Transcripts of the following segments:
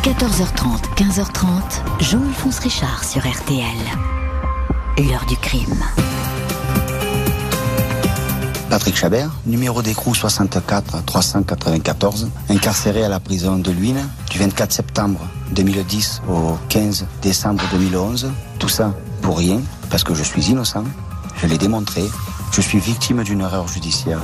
14h30, 15h30, Jean-Alphonse Richard sur RTL. L'heure du crime. Patrick Chabert, numéro d'écrou 64 394, incarcéré à la prison de Luynes du 24 septembre 2010 au 15 décembre 2011. Tout ça pour rien, parce que je suis innocent, je l'ai démontré, je suis victime d'une erreur judiciaire.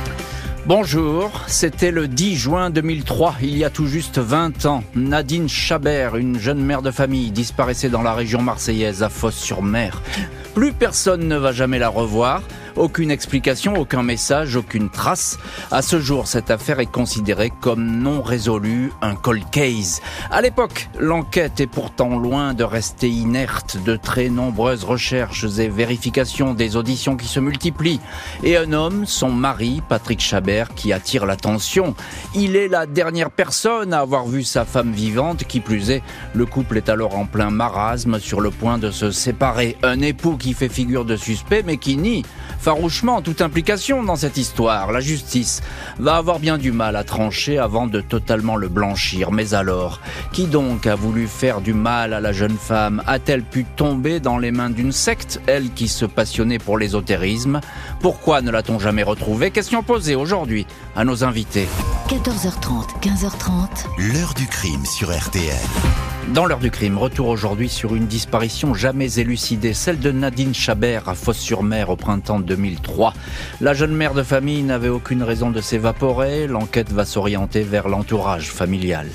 Bonjour, c'était le 10 juin 2003, il y a tout juste 20 ans. Nadine Chabert, une jeune mère de famille, disparaissait dans la région marseillaise à Fos-sur-Mer. Plus personne ne va jamais la revoir. Aucune explication, aucun message, aucune trace. À ce jour, cette affaire est considérée comme non résolue, un cold case. À l'époque, l'enquête est pourtant loin de rester inerte. De très nombreuses recherches et vérifications, des auditions qui se multiplient. Et un homme, son mari, Patrick Chabert, qui attire l'attention. Il est la dernière personne à avoir vu sa femme vivante. Qui plus est, le couple est alors en plein marasme, sur le point de se séparer. Un époux qui fait figure de suspect, mais qui nie farouchement toute implication dans cette histoire. La justice va avoir bien du mal à trancher avant de totalement le blanchir. Mais alors, qui donc a voulu faire du mal à la jeune femme? A-t-elle pu tomber dans les mains d'une secte, elle qui se passionnait pour l'ésotérisme? Pourquoi ne l'a-t-on jamais retrouvée? Question posée aujourd'hui à nos invités. 14h30, 15h30, L'heure du crime sur RTL. Dans l'heure du crime, retour aujourd'hui sur une disparition jamais élucidée, celle de Nadine Chabert à Fos-sur-Mer au printemps 2003. La jeune mère de famille n'avait aucune raison de s'évaporer, l'enquête va s'orienter vers l'entourage familial.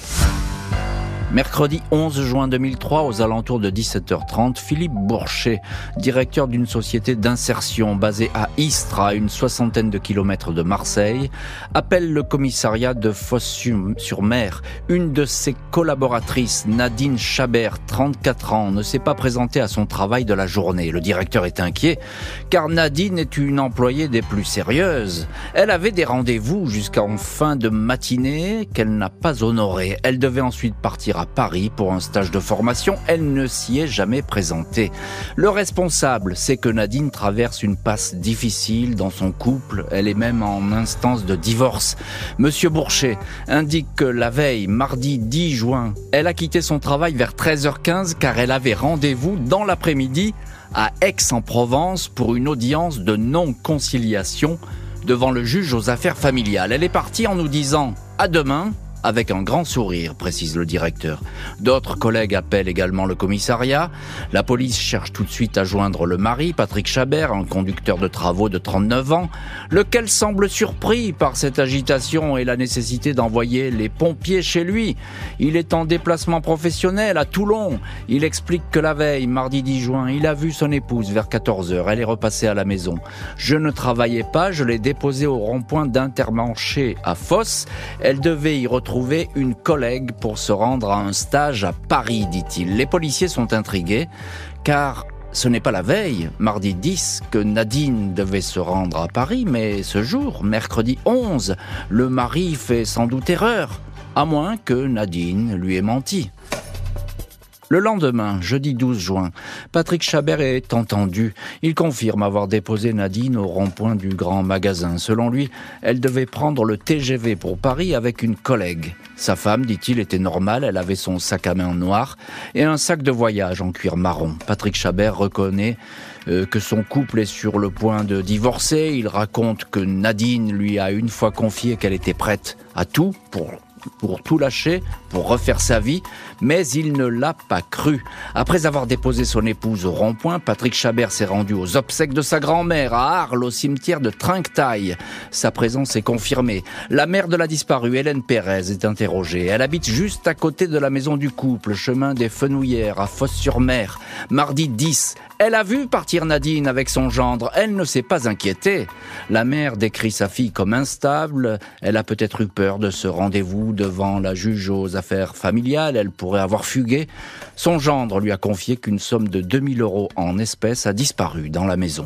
Mercredi 11 juin 2003, aux alentours de 17h30, Philippe Bourchet, directeur d'une société d'insertion basée à Istres, à une soixantaine de kilomètres de Marseille, appelle le commissariat de Fos-sur-Mer. Une de ses collaboratrices, Nadine Chabert, 34 ans, ne s'est pas présentée à son travail de la journée. Le directeur est inquiet, car Nadine est une employée des plus sérieuses. Elle avait des rendez-vous jusqu'en fin de matinée qu'elle n'a pas honorés. Elle devait ensuite partir à Paris pour un stage de formation. Elle ne s'y est jamais présentée. Le responsable sait que Nadine traverse une passe difficile dans son couple. Elle est même en instance de divorce. Monsieur Bourchet indique que la veille, mardi 10 juin, elle a quitté son travail vers 13h15 car elle avait rendez-vous dans l'après-midi à Aix-en-Provence pour une audience de non-conciliation devant le juge aux affaires familiales. Elle est partie en nous disant « à demain ». Avec un grand sourire, précise le directeur. D'autres collègues appellent également le commissariat. La police cherche tout de suite à joindre le mari, Patrick Chabert, un conducteur de travaux de 39 ans, lequel semble surpris par cette agitation et la nécessité d'envoyer les pompiers chez lui. Il est en déplacement professionnel à Toulon. Il explique que la veille, mardi 10 juin, il a vu son épouse vers 14h. Elle est repassée à la maison. Je ne travaillais pas, je l'ai déposée au rond-point d'Intermarché à Fos. Elle devait y retrouver une collègue pour se rendre à un stage à Paris, dit-il. Les policiers sont intrigués, car ce n'est pas la veille, mardi 10, que Nadine devait se rendre à Paris, mais ce jour, mercredi 11, le mari fait sans doute erreur, à moins que Nadine lui ait menti. Le lendemain, jeudi 12 juin, Patrick Chabert est entendu. Il confirme avoir déposé Nadine au rond-point du grand magasin. Selon lui, elle devait prendre le TGV pour Paris avec une collègue. Sa femme, dit-il, était normale. Elle avait son sac à main noir et un sac de voyage en cuir marron. Patrick Chabert reconnaît que son couple est sur le point de divorcer. Il raconte que Nadine lui a une fois confié qu'elle était prête à tout pour tout lâcher, pour refaire sa vie, mais il ne l'a pas cru. Après avoir déposé son épouse au rond-point, Patrick Chabert s'est rendu aux obsèques de sa grand-mère à Arles, au cimetière de Trinquetaille. Sa présence est confirmée. La mère de la disparue, Hélène Pérez, est interrogée. Elle habite juste à côté de la maison du couple, chemin des Fenouillères, à Fos-sur-Mer. Mardi 10, elle a vu partir Nadine avec son gendre. Elle ne s'est pas inquiétée. La mère décrit sa fille comme instable. Elle a peut-être eu peur de ce rendez-vous devant la juge aux affaires familiales. Elle pourrait avoir fugué. Son gendre lui a confié qu'une somme de 2000 € en espèces a disparu dans la maison.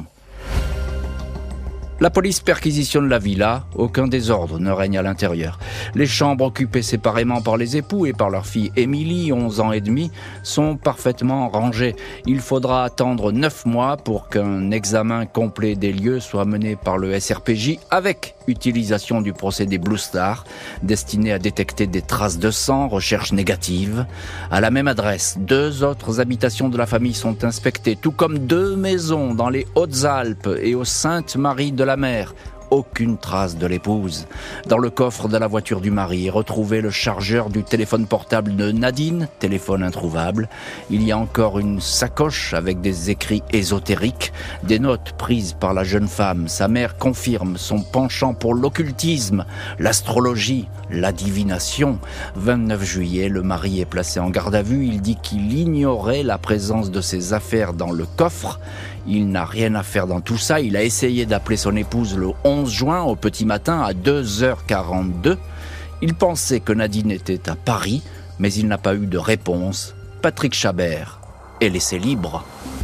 La police perquisitionne la villa, aucun désordre ne règne à l'intérieur. Les chambres occupées séparément par les époux et par leur fille Émilie, 11 ans et demi, sont parfaitement rangées. Il faudra attendre 9 mois pour qu'un examen complet des lieux soit mené par le SRPJ avec Utilisation du procédé Blue Star, destiné à détecter des traces de sang, recherche négative. À la même adresse, 2 autres habitations de la famille sont inspectées, tout comme 2 maisons dans les Hautes-Alpes et aux Saintes-Maries-de-la-Mer. Aucune trace de l'épouse. Dans le coffre de la voiture du mari est retrouvé le chargeur du téléphone portable de Nadine, téléphone introuvable. Il y a encore une sacoche avec des écrits ésotériques, des notes prises par la jeune femme. Sa mère confirme son penchant pour l'occultisme, l'astrologie, la divination. 29 juillet, le mari est placé en garde à vue. Il dit qu'il ignorait la présence de ses affaires dans le coffre. Il n'a rien à faire dans tout ça. Il a essayé d'appeler son épouse le 11 juin au petit matin à 2h42. Il pensait que Nadine était à Paris, mais il n'a pas eu de réponse. Patrick Chabert est laissé libre.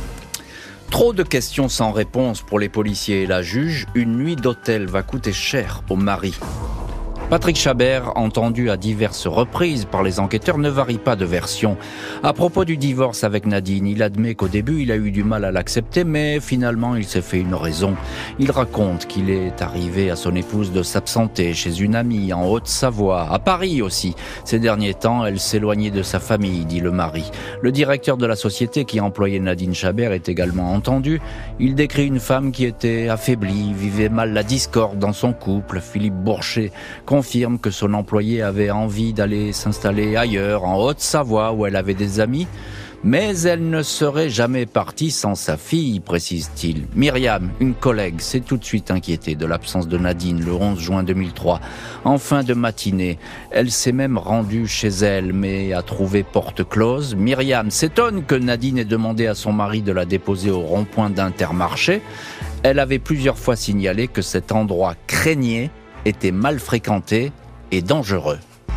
Trop de questions sans réponse pour les policiers et la juge. Une nuit d'hôtel va coûter cher au mari. Patrick Chabert, entendu à diverses reprises par les enquêteurs, ne varie pas de version. À propos du divorce avec Nadine, il admet qu'au début, il a eu du mal à l'accepter, mais finalement, il s'est fait une raison. Il raconte qu'il est arrivé à son épouse de s'absenter chez une amie en Haute-Savoie, à Paris aussi. Ces derniers temps, elle s'éloignait de sa famille, dit le mari. Le directeur de la société qui employait Nadine Chabert est également entendu. Il décrit une femme qui était affaiblie, vivait mal la discorde dans son couple. Philippe Bourchet confirme que son employé avait envie d'aller s'installer ailleurs, en Haute-Savoie, où elle avait des amis. Mais elle ne serait jamais partie sans sa fille, précise-t-il. Myriam, une collègue, s'est tout de suite inquiétée de l'absence de Nadine le 11 juin 2003. En fin de matinée, elle s'est même rendue chez elle, mais a trouvé porte close. Myriam s'étonne que Nadine ait demandé à son mari de la déposer au rond-point d'Intermarché. Elle avait plusieurs fois signalé que cet endroit craignait était mal fréquenté et dangereux.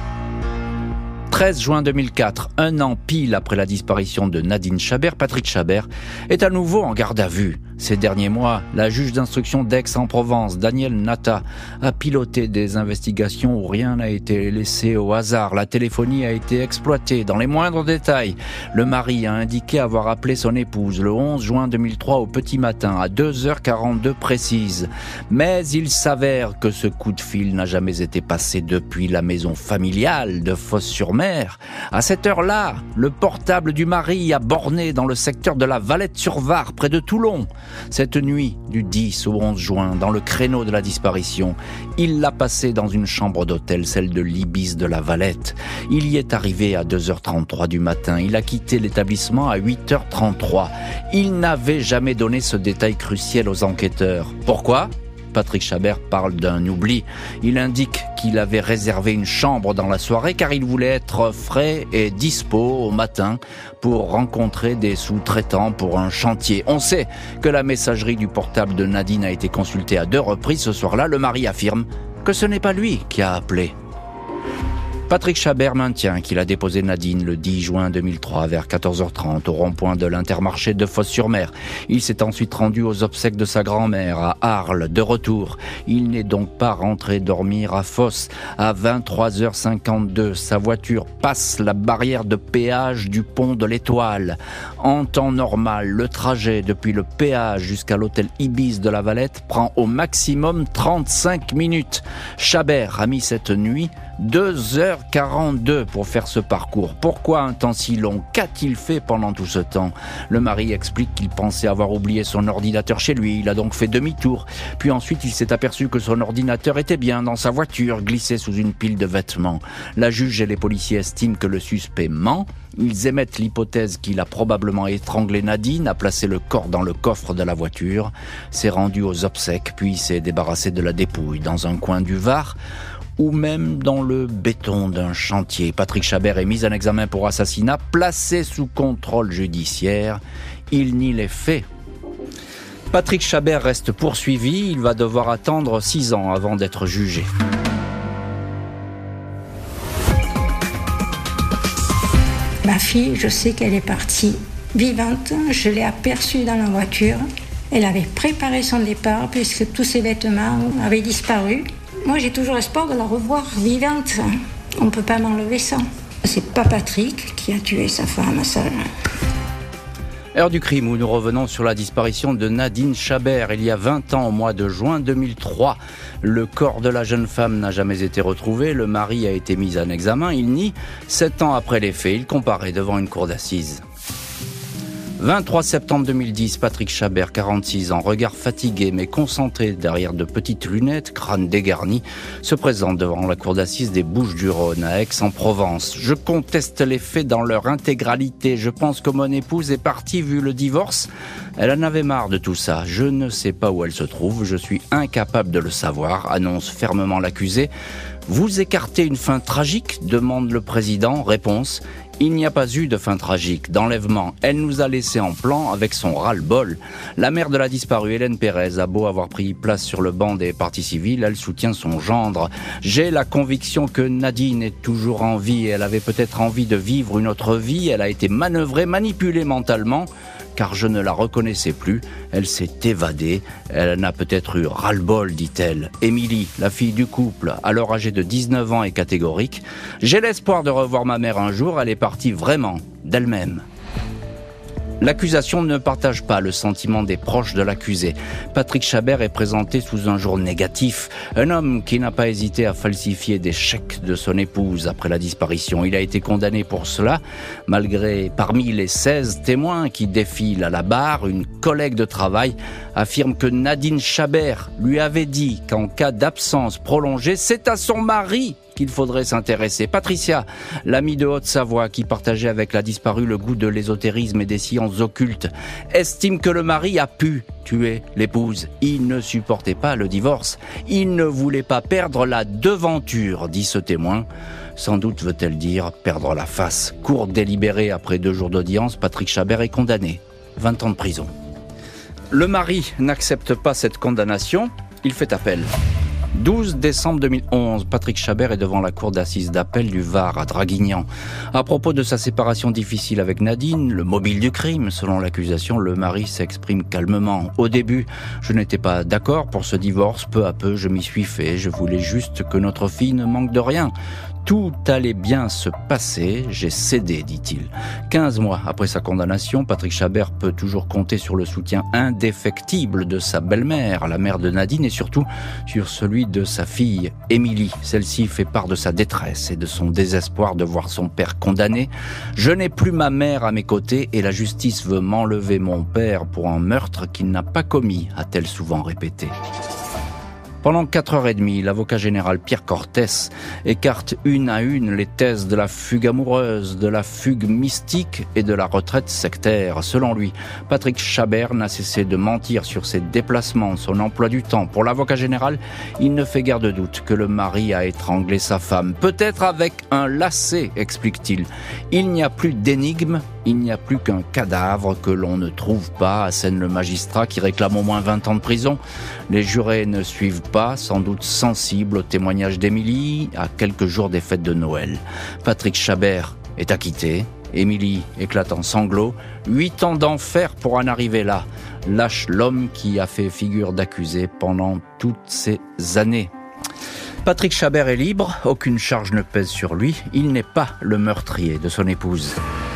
13 juin 2004, un an pile après la disparition de Nadine Chabert, Patrick Chabert est à nouveau en garde à vue. Ces derniers mois, la juge d'instruction d'Aix-en-Provence, Danielle Natta, a piloté des investigations où rien n'a été laissé au hasard. La téléphonie a été exploitée dans les moindres détails. Le mari a indiqué avoir appelé son épouse le 11 juin 2003 au petit matin, à 2h42 précises. Mais il s'avère que ce coup de fil n'a jamais été passé depuis la maison familiale de Fos-sur-Mer. À cette heure-là, le portable du mari a borné dans le secteur de la Valette-sur-Var, près de Toulon. Cette nuit, du 10 au 11 juin, dans le créneau de la disparition, il l'a passé dans une chambre d'hôtel, celle de l'Ibis de la Valette. Il y est arrivé à 2h33 du matin. Il a quitté l'établissement à 8h33. Il n'avait jamais donné ce détail crucial aux enquêteurs. Pourquoi ? Patrick Chabert parle d'un oubli. Il indique qu'il avait réservé une chambre dans la soirée car il voulait être frais et dispo au matin pour rencontrer des sous-traitants pour un chantier. On sait que la messagerie du portable de Nadine a été consultée à 2 reprises ce soir-là. Le mari affirme que ce n'est pas lui qui a appelé. Patrick Chabert maintient qu'il a déposé Nadine le 10 juin 2003 vers 14h30 au rond-point de l'Intermarché de Fos-sur-Mer. Il s'est ensuite rendu aux obsèques de sa grand-mère à Arles. De retour, il n'est donc pas rentré dormir à Fos. À 23h52, sa voiture passe la barrière de péage du pont de l'Étoile. En temps normal, le trajet depuis le péage jusqu'à l'hôtel Ibis de la Valette prend au maximum 35 minutes. Chabert a mis cette nuit 2h42 pour faire ce parcours. Pourquoi un temps si long ? Qu'a-t-il fait pendant tout ce temps ? Le mari explique qu'il pensait avoir oublié son ordinateur chez lui. Il a donc fait demi-tour. Puis ensuite, il s'est aperçu que son ordinateur était bien dans sa voiture, glissé sous une pile de vêtements. La juge et les policiers estiment que le suspect ment. Ils émettent l'hypothèse qu'il a probablement étranglé Nadine, a placé le corps dans le coffre de la voiture, s'est rendu aux obsèques, puis s'est débarrassé de la dépouille dans un coin du Var, ou même dans le béton d'un chantier. Patrick Chabert est mis en examen pour assassinat, placé sous contrôle judiciaire. Il nie les faits. Patrick Chabert reste poursuivi. Il va devoir attendre 6 ans avant d'être jugé. Ma fille, je sais qu'elle est partie vivante. Je l'ai aperçue dans la voiture. Elle avait préparé son départ puisque tous ses vêtements avaient disparu. Moi, j'ai toujours espoir de la revoir vivante. On ne peut pas m'enlever ça. C'est pas Patrick qui a tué sa femme, ça. Heure du crime où nous revenons sur la disparition de Nadine Chabert il y a 20 ans au mois de juin 2003. Le corps de la jeune femme n'a jamais été retrouvé, le mari a été mis en examen, il nie. 7 ans après les faits, il comparaît devant une cour d'assises. 23 septembre 2010, Patrick Chabert, 46 ans, regard fatigué mais concentré derrière de petites lunettes, crâne dégarni, se présente devant la cour d'assises des Bouches-du-Rhône à Aix-en-Provence. Je conteste les faits dans leur intégralité. Je pense que mon épouse est partie vu le divorce. Elle en avait marre de tout ça. Je ne sais pas où elle se trouve. Je suis incapable de le savoir, annonce fermement l'accusé. Vous écartez une fin tragique ? Demande le président. Réponse. Il n'y a pas eu de fin tragique, d'enlèvement. Elle nous a laissé en plan avec son ras-le-bol. La mère de la disparue, Hélène Pérez, a beau avoir pris place sur le banc des parties civiles, elle soutient son gendre. J'ai la conviction que Nadine est toujours en vie. Elle avait peut-être envie de vivre une autre vie. Elle a été manœuvrée, manipulée mentalement, car je ne la reconnaissais plus. Elle s'est évadée. Elle en a peut-être eu ras-le-bol, dit-elle. Émilie, la fille du couple, alors âgée de 19 ans, est catégorique. J'ai l'espoir de revoir ma mère un jour. Elle est partie vraiment d'elle-même. L'accusation ne partage pas le sentiment des proches de l'accusé. Patrick Chabert est présenté sous un jour négatif. Un homme qui n'a pas hésité à falsifier des chèques de son épouse après la disparition. Il a été condamné pour cela, malgré parmi les 16 témoins qui défilent à la barre, une collègue de travail affirme que Nadine Chabert lui avait dit qu'en cas d'absence prolongée, c'est à son mari qu'il faudrait s'intéresser. Patricia, l'amie de Haute-Savoie qui partageait avec la disparue le goût de l'ésotérisme et des sciences occultes, estime que le mari a pu tuer l'épouse. Il ne supportait pas le divorce. Il ne voulait pas perdre la devanture, dit ce témoin. Sans doute veut-elle dire perdre la face. Cour délibérée après 2 jours d'audience, Patrick Chabert est condamné. 20 ans de prison. Le mari n'accepte pas cette condamnation. Il fait appel. 12 décembre 2011, Patrick Chabert est devant la cour d'assises d'appel du Var à Draguignan. À propos de sa séparation difficile avec Nadine, le mobile du crime, selon l'accusation, le mari s'exprime calmement. Au début, je n'étais pas d'accord pour ce divorce. Peu à peu, je m'y suis fait. Je voulais juste que notre fille ne manque de rien. Tout allait bien se passer, j'ai cédé, dit-il. 15 mois après sa condamnation, Patrick Chabert peut toujours compter sur le soutien indéfectible de sa belle-mère, la mère de Nadine, et surtout sur celui de sa fille, Émilie. Celle-ci fait part de sa détresse et de son désespoir de voir son père condamné. « Je n'ai plus ma mère à mes côtés et la justice veut m'enlever mon père pour un meurtre qu'il n'a pas commis », a-t-elle souvent répété. Pendant 4h30, l'avocat général Pierre Cortès écarte une à une les thèses de la fugue amoureuse, de la fugue mystique et de la retraite sectaire. Selon lui, Patrick Chabert n'a cessé de mentir sur ses déplacements, son emploi du temps. Pour l'avocat général, il ne fait guère de doute que le mari a étranglé sa femme. Peut-être avec un lacet, explique-t-il. Il n'y a plus d'énigme, il n'y a plus qu'un cadavre que l'on ne trouve pas, assène le magistrat qui réclame au moins 20 ans de prison. Les jurés ne suivent pas, sans doute sensibles au témoignage d'Émilie, à quelques jours des fêtes de Noël. Patrick Chabert est acquitté. Émilie éclate en sanglots. 8 ans d'enfer pour en arriver là. Lâche l'homme qui a fait figure d'accusé pendant toutes ces années. Patrick Chabert est libre, aucune charge ne pèse sur lui. Il n'est pas le meurtrier de son épouse.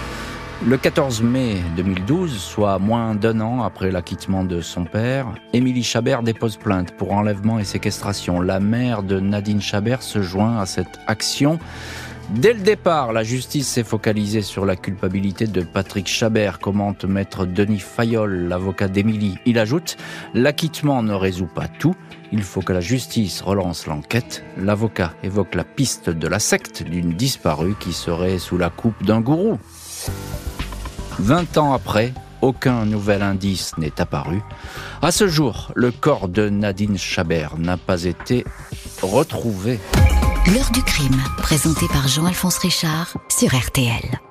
Le 14 mai 2012, soit moins d'1 an après l'acquittement de son père, Émilie Chabert dépose plainte pour enlèvement et séquestration. La mère de Nadine Chabert se joint à cette action. Dès le départ, la justice s'est focalisée sur la culpabilité de Patrick Chabert, commente maître Denis Fayolle, l'avocat d'Émilie. Il ajoute « L'acquittement ne résout pas tout. Il faut que la justice relance l'enquête. » L'avocat évoque la piste de la secte d'une disparue qui serait sous la coupe d'un gourou. 20 ans après, aucun nouvel indice n'est apparu. À ce jour, le corps de Nadine Chabert n'a pas été retrouvé. L'heure du crime, présenté par Jean-Alphonse Richard sur RTL.